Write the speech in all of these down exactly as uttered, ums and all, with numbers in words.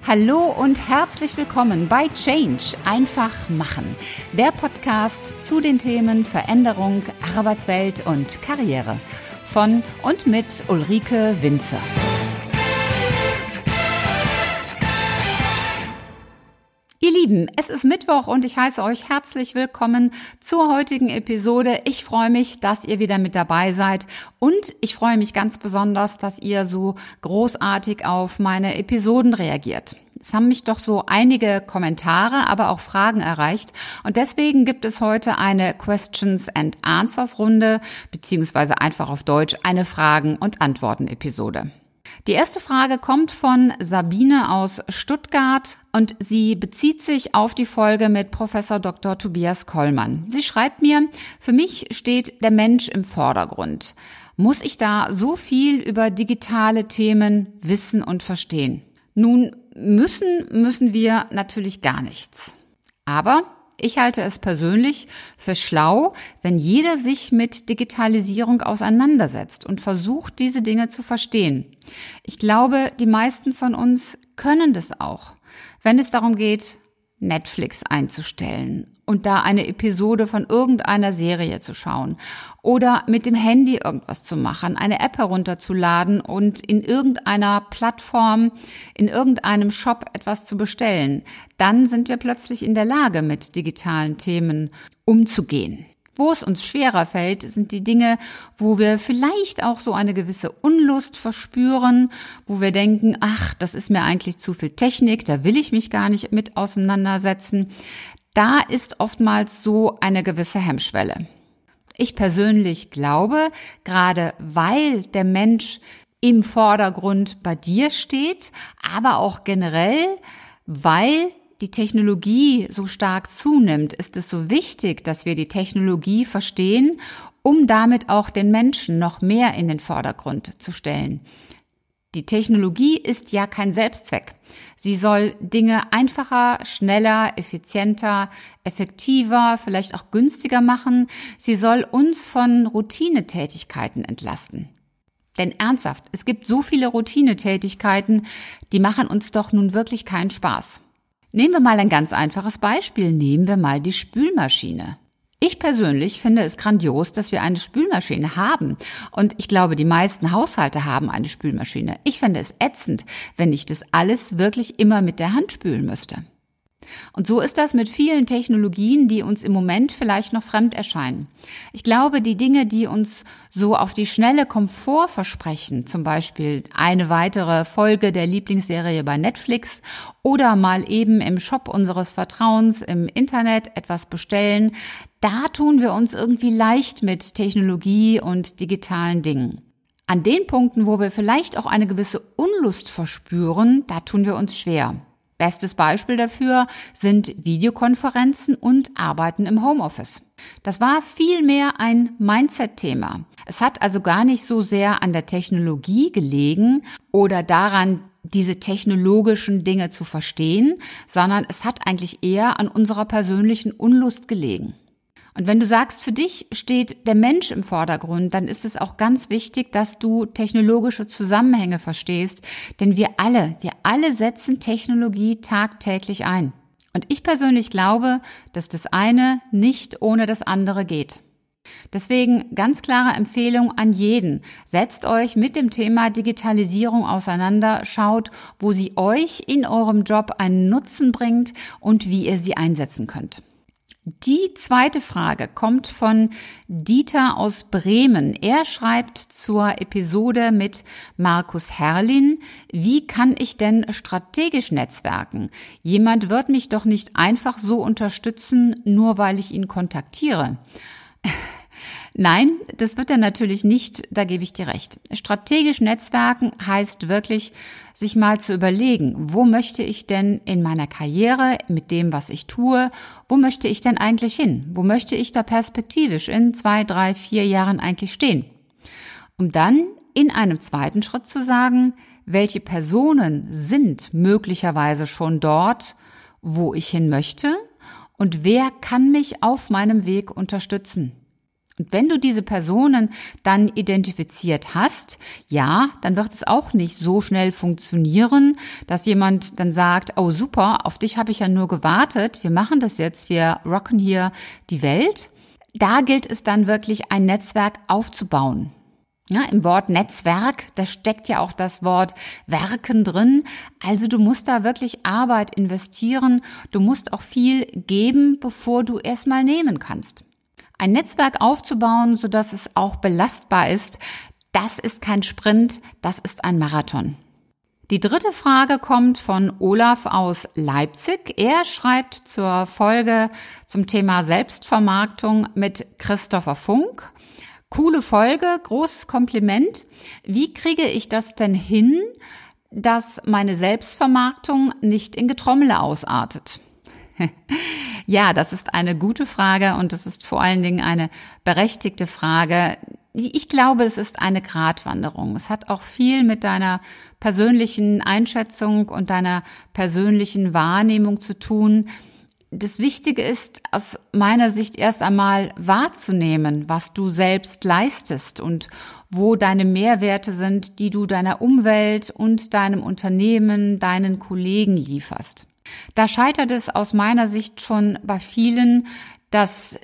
Hallo und herzlich willkommen bei Change, einfach machen, der Podcast zu den Themen Veränderung, Arbeitswelt und Karriere von und mit Ulrike Winzer. Ihr Lieben, es ist Mittwoch und ich heiße euch herzlich willkommen zur heutigen Episode. Ich freue mich, dass ihr wieder mit dabei seid und ich freue mich ganz besonders, dass ihr so großartig auf meine Episoden reagiert. Es haben mich doch so einige Kommentare, aber auch Fragen erreicht und deswegen gibt es heute eine Questions and Answers Runde, beziehungsweise einfach auf Deutsch eine Fragen- und Antworten-Episode. Die erste Frage kommt von Sabine aus Stuttgart und sie bezieht sich auf die Folge mit Professor Doktor Tobias Kollmann. Sie schreibt mir, für mich steht der Mensch im Vordergrund. Muss ich da so viel über digitale Themen wissen und verstehen? Nun, müssen, müssen wir natürlich gar nichts. Aber ich halte es persönlich für schlau, wenn jeder sich mit Digitalisierung auseinandersetzt und versucht, diese Dinge zu verstehen. Ich glaube, die meisten von uns können das auch, wenn es darum geht, Netflix einzustellen und da eine Episode von irgendeiner Serie zu schauen oder mit dem Handy irgendwas zu machen, eine App herunterzuladen und in irgendeiner Plattform, in irgendeinem Shop etwas zu bestellen. Dann sind wir plötzlich in der Lage, mit digitalen Themen umzugehen. Wo es uns schwerer fällt, sind die Dinge, wo wir vielleicht auch so eine gewisse Unlust verspüren, wo wir denken, ach, das ist mir eigentlich zu viel Technik, da will ich mich gar nicht mit auseinandersetzen. Da ist oftmals so eine gewisse Hemmschwelle. Ich persönlich glaube, gerade weil der Mensch im Vordergrund bei dir steht, aber auch generell, weil die Technologie so stark zunimmt, ist es so wichtig, dass wir die Technologie verstehen, um damit auch den Menschen noch mehr in den Vordergrund zu stellen. Die Technologie ist ja kein Selbstzweck. Sie soll Dinge einfacher, schneller, effizienter, effektiver, vielleicht auch günstiger machen. Sie soll uns von Routinetätigkeiten entlasten. Denn ernsthaft, es gibt so viele Routinetätigkeiten, die machen uns doch nun wirklich keinen Spaß. Nehmen wir mal ein ganz einfaches Beispiel. Nehmen wir mal die Spülmaschine. Ich persönlich finde es grandios, dass wir eine Spülmaschine haben. Und ich glaube, die meisten Haushalte haben eine Spülmaschine. Ich finde es ätzend, wenn ich das alles wirklich immer mit der Hand spülen müsste. Und so ist das mit vielen Technologien, die uns im Moment vielleicht noch fremd erscheinen. Ich glaube, die Dinge, die uns so auf die schnelle Komfort versprechen, zum Beispiel eine weitere Folge der Lieblingsserie bei Netflix oder mal eben im Shop unseres Vertrauens im Internet etwas bestellen, da tun wir uns irgendwie leicht mit Technologie und digitalen Dingen. An den Punkten, wo wir vielleicht auch eine gewisse Unlust verspüren, da tun wir uns schwer. Bestes Beispiel dafür sind Videokonferenzen und Arbeiten im Homeoffice. Das war vielmehr ein Mindset-Thema. Es hat also gar nicht so sehr an der Technologie gelegen oder daran, diese technologischen Dinge zu verstehen, sondern es hat eigentlich eher an unserer persönlichen Unlust gelegen. Und wenn du sagst, für dich steht der Mensch im Vordergrund, dann ist es auch ganz wichtig, dass du technologische Zusammenhänge verstehst, denn wir alle, wir alle setzen Technologie tagtäglich ein. Und ich persönlich glaube, dass das eine nicht ohne das andere geht. Deswegen ganz klare Empfehlung an jeden. Setzt euch mit dem Thema Digitalisierung auseinander, schaut, wo sie euch in eurem Job einen Nutzen bringt und wie ihr sie einsetzen könnt. Die zweite Frage kommt von Dieter aus Bremen. Er schreibt zur Episode mit Markus Herrlin: Wie kann ich denn strategisch netzwerken? Jemand wird mich doch nicht einfach so unterstützen, nur weil ich ihn kontaktiere. Nein, das wird er natürlich nicht, da gebe ich dir recht. Strategisch Netzwerken heißt wirklich, sich mal zu überlegen, wo möchte ich denn in meiner Karriere mit dem, was ich tue, wo möchte ich denn eigentlich hin? Wo möchte ich da perspektivisch in zwei, drei, vier Jahren eigentlich stehen? Um dann in einem zweiten Schritt zu sagen, welche Personen sind möglicherweise schon dort, wo ich hin möchte und wer kann mich auf meinem Weg unterstützen? Und wenn du diese Personen dann identifiziert hast, ja, dann wird es auch nicht so schnell funktionieren, dass jemand dann sagt, oh super, auf dich habe ich ja nur gewartet, wir machen das jetzt, wir rocken hier die Welt. Da gilt es dann wirklich, ein Netzwerk aufzubauen. Ja, im Wort Netzwerk, da steckt ja auch das Wort Werken drin. Also du musst da wirklich Arbeit investieren, du musst auch viel geben, bevor du erstmal nehmen kannst. Ein Netzwerk aufzubauen, sodass es auch belastbar ist, das ist kein Sprint, das ist ein Marathon. Die dritte Frage kommt von Olaf aus Leipzig. Er schreibt zur Folge zum Thema Selbstvermarktung mit Christopher Funk. Coole Folge, großes Kompliment. Wie kriege ich das denn hin, dass meine Selbstvermarktung nicht in Getrommele ausartet? Ja, das ist eine gute Frage und es ist vor allen Dingen eine berechtigte Frage. Ich glaube, es ist eine Gratwanderung. Es hat auch viel mit deiner persönlichen Einschätzung und deiner persönlichen Wahrnehmung zu tun. Das Wichtige ist aus meiner Sicht erst einmal wahrzunehmen, was du selbst leistest und wo deine Mehrwerte sind, die du deiner Umwelt und deinem Unternehmen, deinen Kollegen lieferst. Da scheitert es aus meiner Sicht schon bei vielen, dass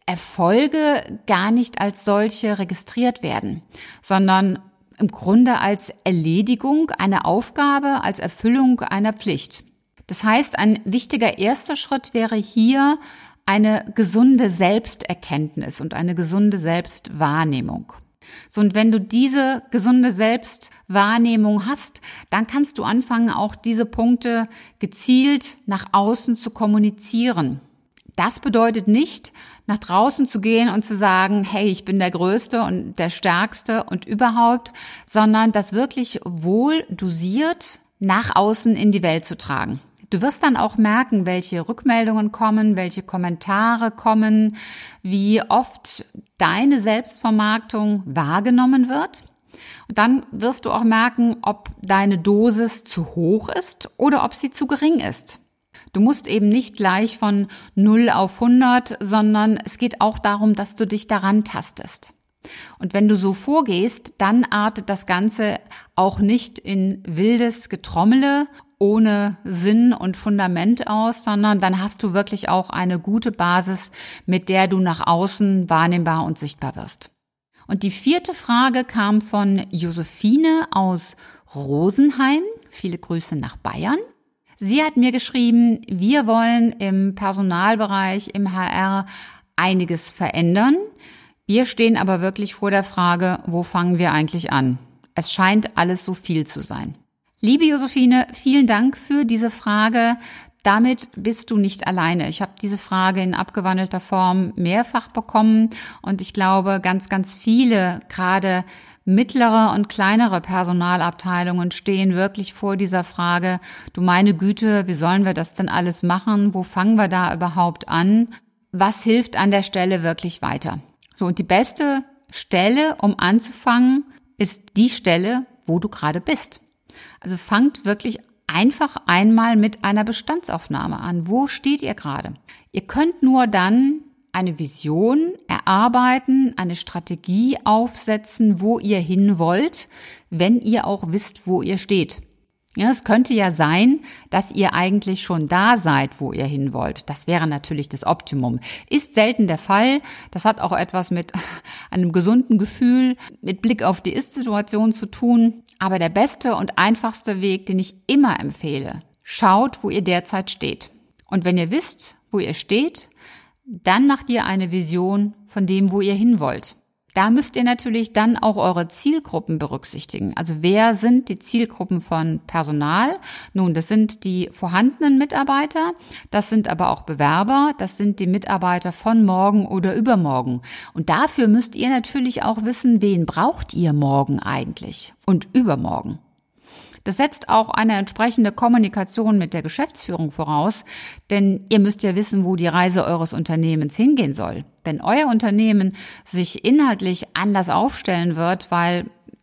Erfolge gar nicht als solche registriert werden, sondern im Grunde als Erledigung einer Aufgabe, als Erfüllung einer Pflicht. Das heißt, ein wichtiger erster Schritt wäre hier eine gesunde Selbsterkenntnis und eine gesunde Selbstwahrnehmung. So, und wenn du diese gesunde Selbstwahrnehmung hast, dann kannst du anfangen, auch diese Punkte gezielt nach außen zu kommunizieren. Das bedeutet nicht, nach draußen zu gehen und zu sagen, hey, ich bin der Größte und der Stärkste und überhaupt, sondern das wirklich wohl dosiert nach außen in die Welt zu tragen. Du wirst dann auch merken, welche Rückmeldungen kommen, welche Kommentare kommen, wie oft deine Selbstvermarktung wahrgenommen wird. Und dann wirst du auch merken, ob deine Dosis zu hoch ist oder ob sie zu gering ist. Du musst eben nicht gleich von null auf hundert, sondern es geht auch darum, dass du dich daran tastest. Und wenn du so vorgehst, dann artet das Ganze auch nicht in wildes Getrommele ohne Sinn und Fundament aus, sondern dann hast du wirklich auch eine gute Basis, mit der du nach außen wahrnehmbar und sichtbar wirst. Und die vierte Frage kam von Josephine aus Rosenheim. Viele Grüße nach Bayern. Sie hat mir geschrieben, wir wollen im Personalbereich, im H R einiges verändern. Wir stehen aber wirklich vor der Frage, wo fangen wir eigentlich an? Es scheint alles so viel zu sein. Liebe Josephine, vielen Dank für diese Frage. Damit bist du nicht alleine. Ich habe diese Frage in abgewandelter Form mehrfach bekommen und ich glaube, ganz, ganz viele, gerade mittlere und kleinere Personalabteilungen stehen wirklich vor dieser Frage, du meine Güte, wie sollen wir das denn alles machen? Wo fangen wir da überhaupt an? Was hilft an der Stelle wirklich weiter? So, und die beste Stelle, um anzufangen, ist die Stelle, wo du gerade bist. Also fangt wirklich einfach einmal mit einer Bestandsaufnahme an. Wo steht ihr gerade? Ihr könnt nur dann eine Vision erarbeiten, eine Strategie aufsetzen, wo ihr hin wollt, wenn ihr auch wisst, wo ihr steht. Ja, es könnte ja sein, dass ihr eigentlich schon da seid, wo ihr hin wollt. Das wäre natürlich das Optimum. Ist selten der Fall. Das hat auch etwas mit einem gesunden Gefühl, mit Blick auf die Ist-Situation zu tun. Aber der beste und einfachste Weg, den ich immer empfehle, schaut, wo ihr derzeit steht. Und wenn ihr wisst, wo ihr steht, dann macht ihr eine Vision von dem, wo ihr hin wollt. Da müsst ihr natürlich dann auch eure Zielgruppen berücksichtigen. Also wer sind die Zielgruppen von Personal? Nun, das sind die vorhandenen Mitarbeiter, das sind aber auch Bewerber, das sind die Mitarbeiter von morgen oder übermorgen. Und dafür müsst ihr natürlich auch wissen, wen braucht ihr morgen eigentlich und übermorgen. Das setzt auch eine entsprechende Kommunikation mit der Geschäftsführung voraus, denn ihr müsst ja wissen, wo die Reise eures Unternehmens hingehen soll. Wenn euer Unternehmen sich inhaltlich anders aufstellen wird, weil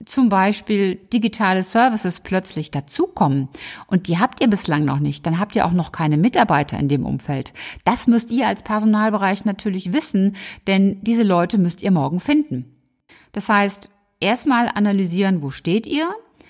zum Beispiel digitale Services plötzlich dazukommen und die habt ihr bislang noch nicht, dann habt ihr auch noch keine Mitarbeiter in dem Umfeld. Das müsst ihr als Personalbereich natürlich wissen, denn diese Leute müsst ihr morgen finden. Das heißt, erstmal analysieren, wo steht ihr,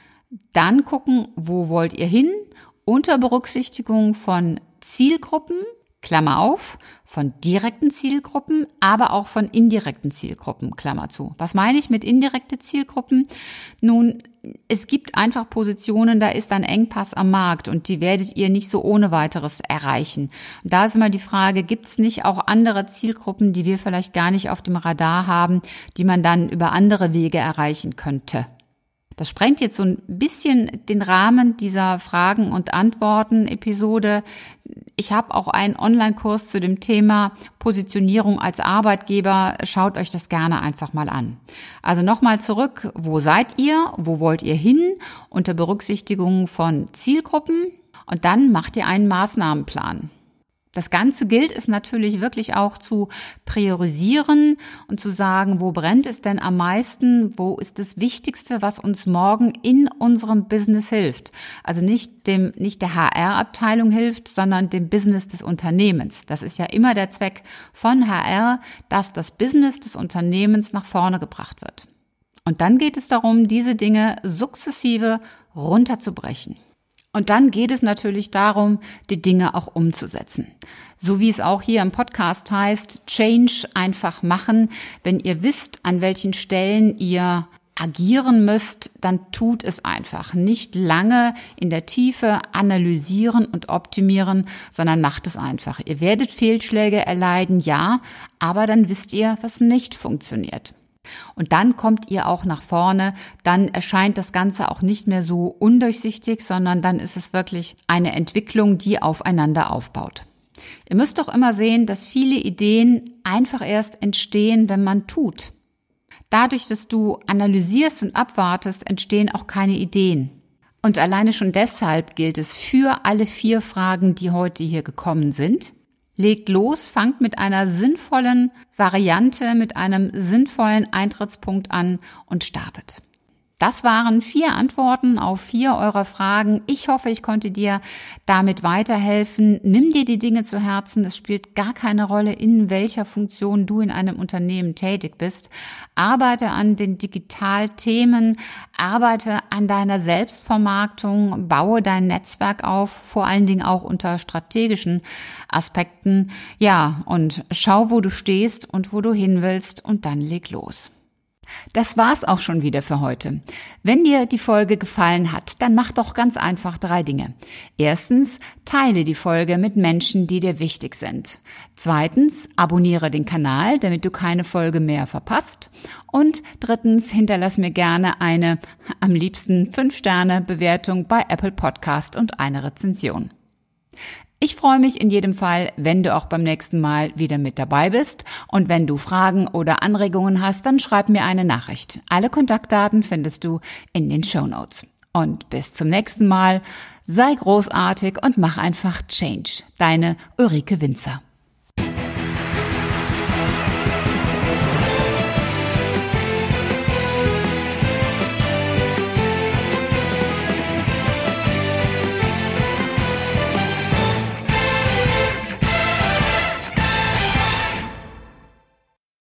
dann gucken, wo wollt ihr hin, unter Berücksichtigung von Zielgruppen, Klammer auf, von direkten Zielgruppen, aber auch von indirekten Zielgruppen, Klammer zu. Was meine ich mit indirekte Zielgruppen? Nun, es gibt einfach Positionen, da ist ein Engpass am Markt und die werdet ihr nicht so ohne weiteres erreichen. Und da ist immer die Frage, gibt es nicht auch andere Zielgruppen, die wir vielleicht gar nicht auf dem Radar haben, die man dann über andere Wege erreichen könnte? Das sprengt jetzt so ein bisschen den Rahmen dieser Fragen- und Antworten-Episode. Ich habe auch einen Online-Kurs zu dem Thema Positionierung als Arbeitgeber. Schaut euch das gerne einfach mal an. Also nochmal zurück. Wo seid ihr? Wo wollt ihr hin? Unter Berücksichtigung von Zielgruppen. Und dann macht ihr einen Maßnahmenplan. Das Ganze gilt es natürlich wirklich auch zu priorisieren und zu sagen, wo brennt es denn am meisten, wo ist das Wichtigste, was uns morgen in unserem Business hilft. Also nicht dem, nicht der H R-Abteilung hilft, sondern dem Business des Unternehmens. Das ist ja immer der Zweck von H R, dass das Business des Unternehmens nach vorne gebracht wird. Und dann geht es darum, diese Dinge sukzessive runterzubrechen. Und dann geht es natürlich darum, die Dinge auch umzusetzen. So wie es auch hier im Podcast heißt, Change einfach machen. Wenn ihr wisst, an welchen Stellen ihr agieren müsst, dann tut es einfach. Nicht lange in der Tiefe analysieren und optimieren, sondern macht es einfach. Ihr werdet Fehlschläge erleiden, ja, aber dann wisst ihr, was nicht funktioniert. Und dann kommt ihr auch nach vorne, dann erscheint das Ganze auch nicht mehr so undurchsichtig, sondern dann ist es wirklich eine Entwicklung, die aufeinander aufbaut. Ihr müsst doch immer sehen, dass viele Ideen einfach erst entstehen, wenn man tut. Dadurch, dass du analysierst und abwartest, entstehen auch keine Ideen. Und alleine schon deshalb gilt es für alle vier Fragen, die heute hier gekommen sind. Legt los, fangt mit einer sinnvollen Variante, mit einem sinnvollen Eintrittspunkt an und startet. Das waren vier Antworten auf vier eurer Fragen. Ich hoffe, ich konnte dir damit weiterhelfen. Nimm dir die Dinge zu Herzen. Es spielt gar keine Rolle, in welcher Funktion du in einem Unternehmen tätig bist. Arbeite an den Digitalthemen, arbeite an deiner Selbstvermarktung, baue dein Netzwerk auf, vor allen Dingen auch unter strategischen Aspekten. Ja, und schau, wo du stehst und wo du hin willst und dann leg los. Das war's auch schon wieder für heute. Wenn dir die Folge gefallen hat, dann mach doch ganz einfach drei Dinge. Erstens, teile die Folge mit Menschen, die dir wichtig sind. Zweitens, abonniere den Kanal, damit du keine Folge mehr verpasst. Und drittens, hinterlass mir gerne eine, am liebsten fünf Sterne Bewertung bei Apple Podcast und eine Rezension. Ich freue mich in jedem Fall, wenn du auch beim nächsten Mal wieder mit dabei bist. Und wenn du Fragen oder Anregungen hast, dann schreib mir eine Nachricht. Alle Kontaktdaten findest du in den Shownotes. Und bis zum nächsten Mal. Sei großartig und mach einfach Change. Deine Ulrike Winzer.